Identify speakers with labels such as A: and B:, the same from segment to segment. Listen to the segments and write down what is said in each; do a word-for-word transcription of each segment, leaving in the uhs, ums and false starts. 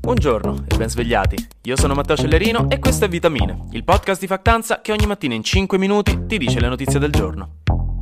A: Buongiorno e ben svegliati. Io sono Matteo Cellerino e questo è Vitamine, il podcast di Factanza che ogni mattina in cinque minuti ti dice le notizie del giorno.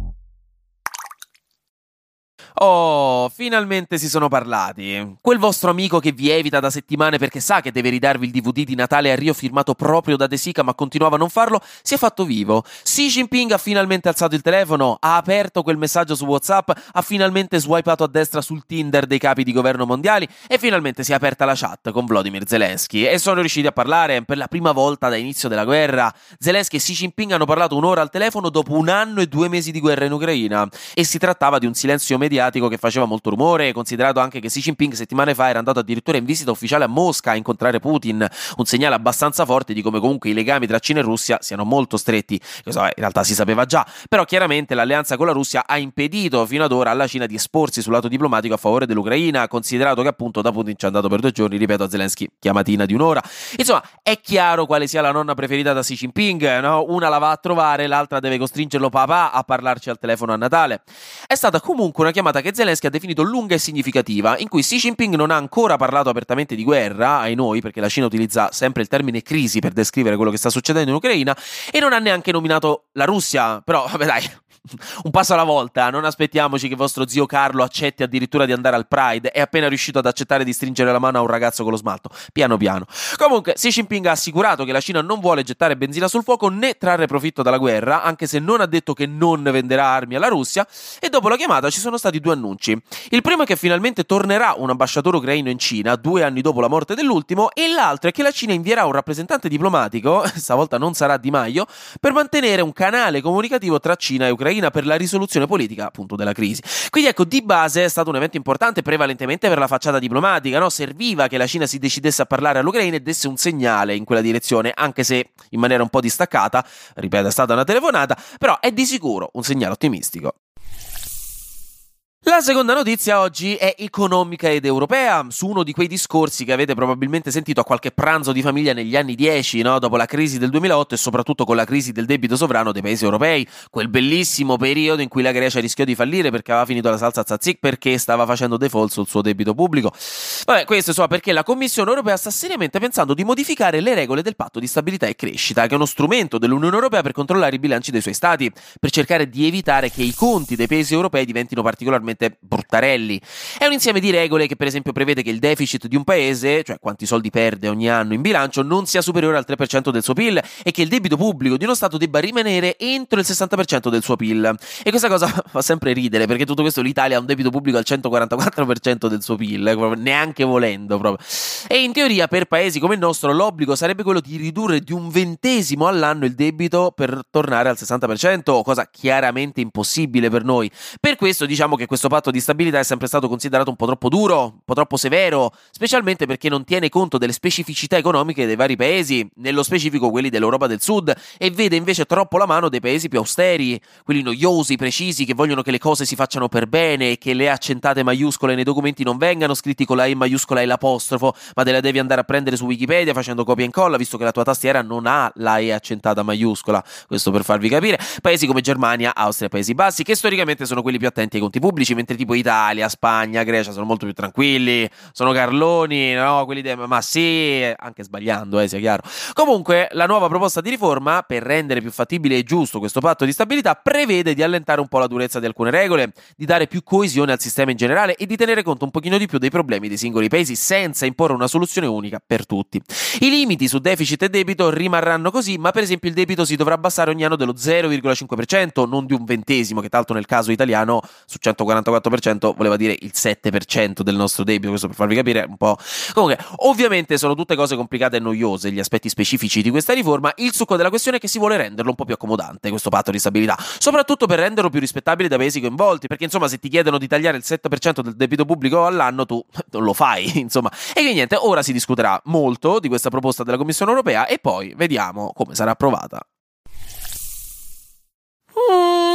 B: Oh, finalmente si sono parlati. Quel vostro amico che vi evita da settimane perché sa che deve ridarvi il D V D di Natale a Rio firmato proprio da De Sica ma continuava a non farlo, si è fatto vivo. Xi Jinping ha finalmente alzato il telefono, ha aperto quel messaggio su WhatsApp, ha finalmente swipato a destra sul Tinder dei capi di governo mondiali e finalmente si è aperta la chat con Volodymyr Zelensky e sono riusciti a parlare per la prima volta da inizio della guerra. Zelensky e Xi Jinping hanno parlato un'ora al telefono dopo un anno e due mesi di guerra in Ucraina e si trattava di un silenzio mediatico che faceva molto rumore, considerato anche che Xi Jinping settimane fa era andato addirittura in visita ufficiale a Mosca a incontrare Putin, un segnale abbastanza forte di come comunque i legami tra Cina e Russia siano molto stretti. Questo in realtà si sapeva già, però chiaramente l'alleanza con la Russia ha impedito fino ad ora alla Cina di esporsi sul lato diplomatico a favore dell'Ucraina, considerato che appunto da Putin ci è andato per due giorni, ripeto a Zelensky, chiamatina di un'ora. Insomma, è chiaro quale sia la nonna preferita da Xi Jinping, no? Una la va a trovare, l'altra deve costringerlo papà a parlarci al telefono a Natale. È stata comunque una chiamata che Zelensky ha definito lunga e significativa, in cui Xi Jinping non ha ancora parlato apertamente di guerra, ai noi, perché la Cina utilizza sempre il termine crisi per descrivere quello che sta succedendo in Ucraina, e non ha neanche nominato la Russia, però vabbè dai, un passo alla volta, non aspettiamoci che vostro zio Carlo accetti addirittura di andare al Pride, è appena riuscito ad accettare di stringere la mano a un ragazzo con lo smalto, piano piano. Comunque Xi Jinping ha assicurato che la Cina non vuole gettare benzina sul fuoco né trarre profitto dalla guerra, anche se non ha detto che non venderà armi alla Russia, e dopo la chiamata ci sono stati due annunci. Il primo è che finalmente tornerà un ambasciatore ucraino in Cina due anni dopo la morte dell'ultimo, e l'altro è che la Cina invierà un rappresentante diplomatico, stavolta non sarà Di Maio, per mantenere un canale comunicativo tra Cina e Ucraina per la risoluzione politica appunto della crisi. Quindi ecco, di base è stato un evento importante prevalentemente per la facciata diplomatica, no? Serviva che la Cina si decidesse a parlare all'Ucraina e desse un segnale in quella direzione, anche se in maniera un po' distaccata, ripeto è stata una telefonata, però è di sicuro un segnale ottimistico. La seconda notizia oggi è economica ed europea, su uno di quei discorsi che avete probabilmente sentito a qualche pranzo di famiglia negli anni dieci, no? Dopo la crisi del duemilaotto e soprattutto con la crisi del debito sovrano dei paesi europei, quel bellissimo periodo in cui la Grecia rischiò di fallire perché aveva finito la salsa tzatziki perché stava facendo default sul suo debito pubblico. Vabbè, questo insomma perché la Commissione europea sta seriamente pensando di modificare le regole del patto di stabilità e crescita, che è uno strumento dell'Unione Europea per controllare i bilanci dei suoi stati, per cercare di evitare che i conti dei paesi europei diventino particolarmente bruttarelli. È un insieme di regole che per esempio prevede che il deficit di un paese, cioè quanti soldi perde ogni anno in bilancio, non sia superiore al tre per cento del suo P I L e che il debito pubblico di uno Stato debba rimanere entro il sessanta per cento del suo P I L. E questa cosa fa sempre ridere perché tutto questo l'Italia ha un debito pubblico al centoquarantaquattro per cento del suo P I L, neanche volendo proprio. E in teoria per paesi come il nostro l'obbligo sarebbe quello di ridurre di un ventesimo all'anno il debito per tornare al sessanta per cento, cosa chiaramente impossibile per noi. Per questo diciamo che questo patto di stabilità è sempre stato considerato un po' troppo duro, un po' troppo severo, specialmente perché non tiene conto delle specificità economiche dei vari paesi, nello specifico quelli dell'Europa del Sud, e vede invece troppo la mano dei paesi più austeri, quelli noiosi, precisi, che vogliono che le cose si facciano per bene e che le accentate maiuscole nei documenti non vengano scritti con la E maiuscola e l'apostrofo, ma te la devi andare a prendere su Wikipedia facendo copia e incolla, visto che la tua tastiera non ha la E accentata maiuscola, questo per farvi capire. Paesi come Germania, Austria e Paesi Bassi, che storicamente sono quelli più attenti ai conti pubblici, mentre tipo Italia, Spagna, Grecia sono molto più tranquilli, sono Carloni, no, quelli de- ma sì, anche sbagliando, eh, sia chiaro. Comunque, la nuova proposta di riforma, per rendere più fattibile e giusto questo patto di stabilità, prevede di allentare un po' la durezza di alcune regole, di dare più coesione al sistema in generale e di tenere conto un pochino di più dei problemi dei singoli paesi senza imporre una soluzione unica per tutti. I limiti su deficit e debito rimarranno così, ma per esempio il debito si dovrà abbassare ogni anno dello zero virgola cinque per cento, non di un ventesimo, che tanto nel caso italiano su centoquarantaquattro per cento voleva dire il sette per cento del nostro debito, questo per farvi capire un po'. Comunque, ovviamente sono tutte cose complicate e noiose gli aspetti specifici di questa riforma, il succo della questione è che si vuole renderlo un po' più accomodante questo patto di stabilità, soprattutto per renderlo più rispettabile dai paesi coinvolti, perché insomma se ti chiedono di tagliare il sette per cento del debito pubblico all'anno tu non lo fai, insomma. E quindi niente, ora si discuterà molto di questa proposta della Commissione Europea e poi vediamo come sarà approvata. Mm,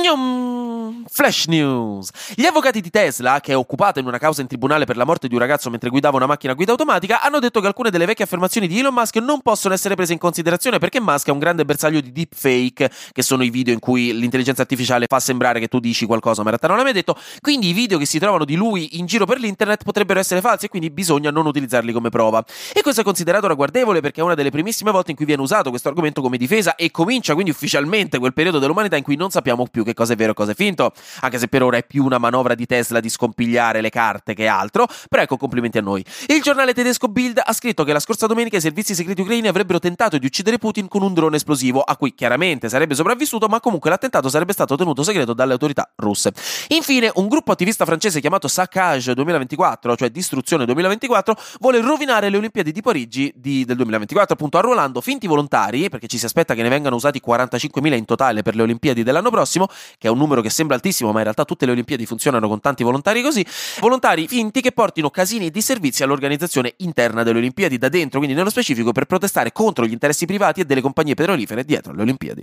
B: Gnom! Flash news. Gli avvocati di Tesla, che è occupata in una causa in tribunale per la morte di un ragazzo mentre guidava una macchina a guida automatica, hanno detto che alcune delle vecchie affermazioni di Elon Musk non possono essere prese in considerazione perché Musk è un grande bersaglio di deepfake, che sono i video in cui l'intelligenza artificiale fa sembrare che tu dici qualcosa ma in realtà non l'hai mai detto. Quindi i video che si trovano di lui in giro per l'internet potrebbero essere falsi e quindi bisogna non utilizzarli come prova. E questo è considerato ragguardevole perché è una delle primissime volte in cui viene usato questo argomento come difesa e comincia quindi ufficialmente quel periodo dell'umanità in cui non sappiamo più che cosa è vero e cosa è finto, anche se per ora è più una manovra di Tesla di scompigliare le carte che altro, però ecco, complimenti a noi. Il giornale tedesco Bild ha scritto che la scorsa domenica i servizi segreti ucraini avrebbero tentato di uccidere Putin con un drone esplosivo, a cui chiaramente sarebbe sopravvissuto, ma comunque l'attentato sarebbe stato tenuto segreto dalle autorità russe. Infine, un gruppo attivista francese chiamato Saccage duemilaventiquattro, cioè distruzione duemilaventiquattro, vuole rovinare le Olimpiadi di Parigi di, del duemilaventiquattro, appunto arruolando finti volontari, perché ci si aspetta che ne vengano usati quarantacinquemila in totale per le Olimpiadi dell'anno prossimo, che è un numero che sembra altissimo, ma in realtà tutte le Olimpiadi funzionano con tanti volontari così, volontari finti che portino casini e disservizi all'organizzazione interna delle Olimpiadi da dentro, quindi nello specifico per protestare contro gli interessi privati e delle compagnie petrolifere dietro le Olimpiadi.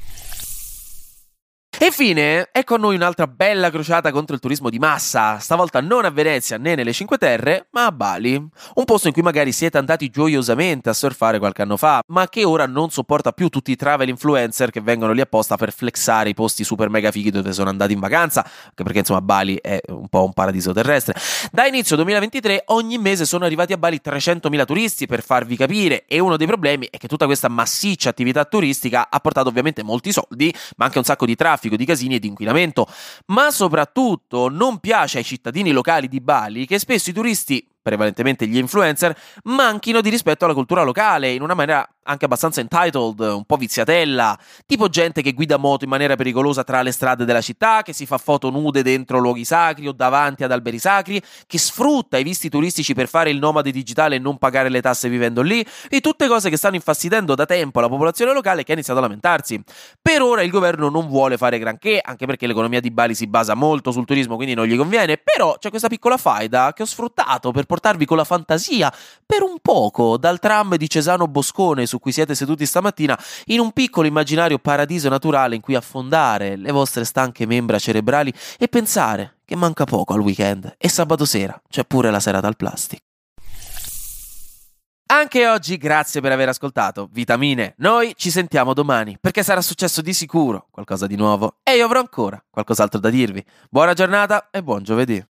B: E infine, ecco a noi un'altra bella crociata contro il turismo di massa, stavolta non a Venezia né nelle Cinque Terre, ma a Bali. Un posto in cui magari siete andati gioiosamente a surfare qualche anno fa, ma che ora non sopporta più tutti i travel influencer che vengono lì apposta per flexare i posti super mega fighi dove sono andati in vacanza, anche perché insomma Bali è un po' un paradiso terrestre. Da inizio duemilaventitré ogni mese sono arrivati a Bali trecentomila turisti, per farvi capire, e uno dei problemi è che tutta questa massiccia attività turistica ha portato ovviamente molti soldi, ma anche un sacco di traffico, di casini e di inquinamento, ma soprattutto non piace ai cittadini locali di Bali che spesso i turisti, prevalentemente gli influencer, manchino di rispetto alla cultura locale in una maniera anche abbastanza entitled, un po' viziatella, tipo gente che guida moto in maniera pericolosa tra le strade della città, che si fa foto nude dentro luoghi sacri o davanti ad alberi sacri, che sfrutta i visti turistici per fare il nomade digitale e non pagare le tasse vivendo lì, e tutte cose che stanno infastidendo da tempo la popolazione locale, che ha iniziato a lamentarsi. Per ora il governo non vuole fare granché, anche perché l'economia di Bali si basa molto sul turismo, quindi non gli conviene, però c'è questa piccola faida che ho sfruttato per portarvi con la fantasia, per un poco, dal tram di Cesano Boscone su cui siete seduti stamattina, in un piccolo immaginario paradiso naturale in cui affondare le vostre stanche membra cerebrali e pensare che manca poco al weekend e sabato sera c'è pure la serata al plastic. Anche oggi grazie per aver ascoltato Vitamine. Noi ci sentiamo domani, perché sarà successo di sicuro qualcosa di nuovo e io avrò ancora qualcos'altro da dirvi. Buona giornata e buon giovedì.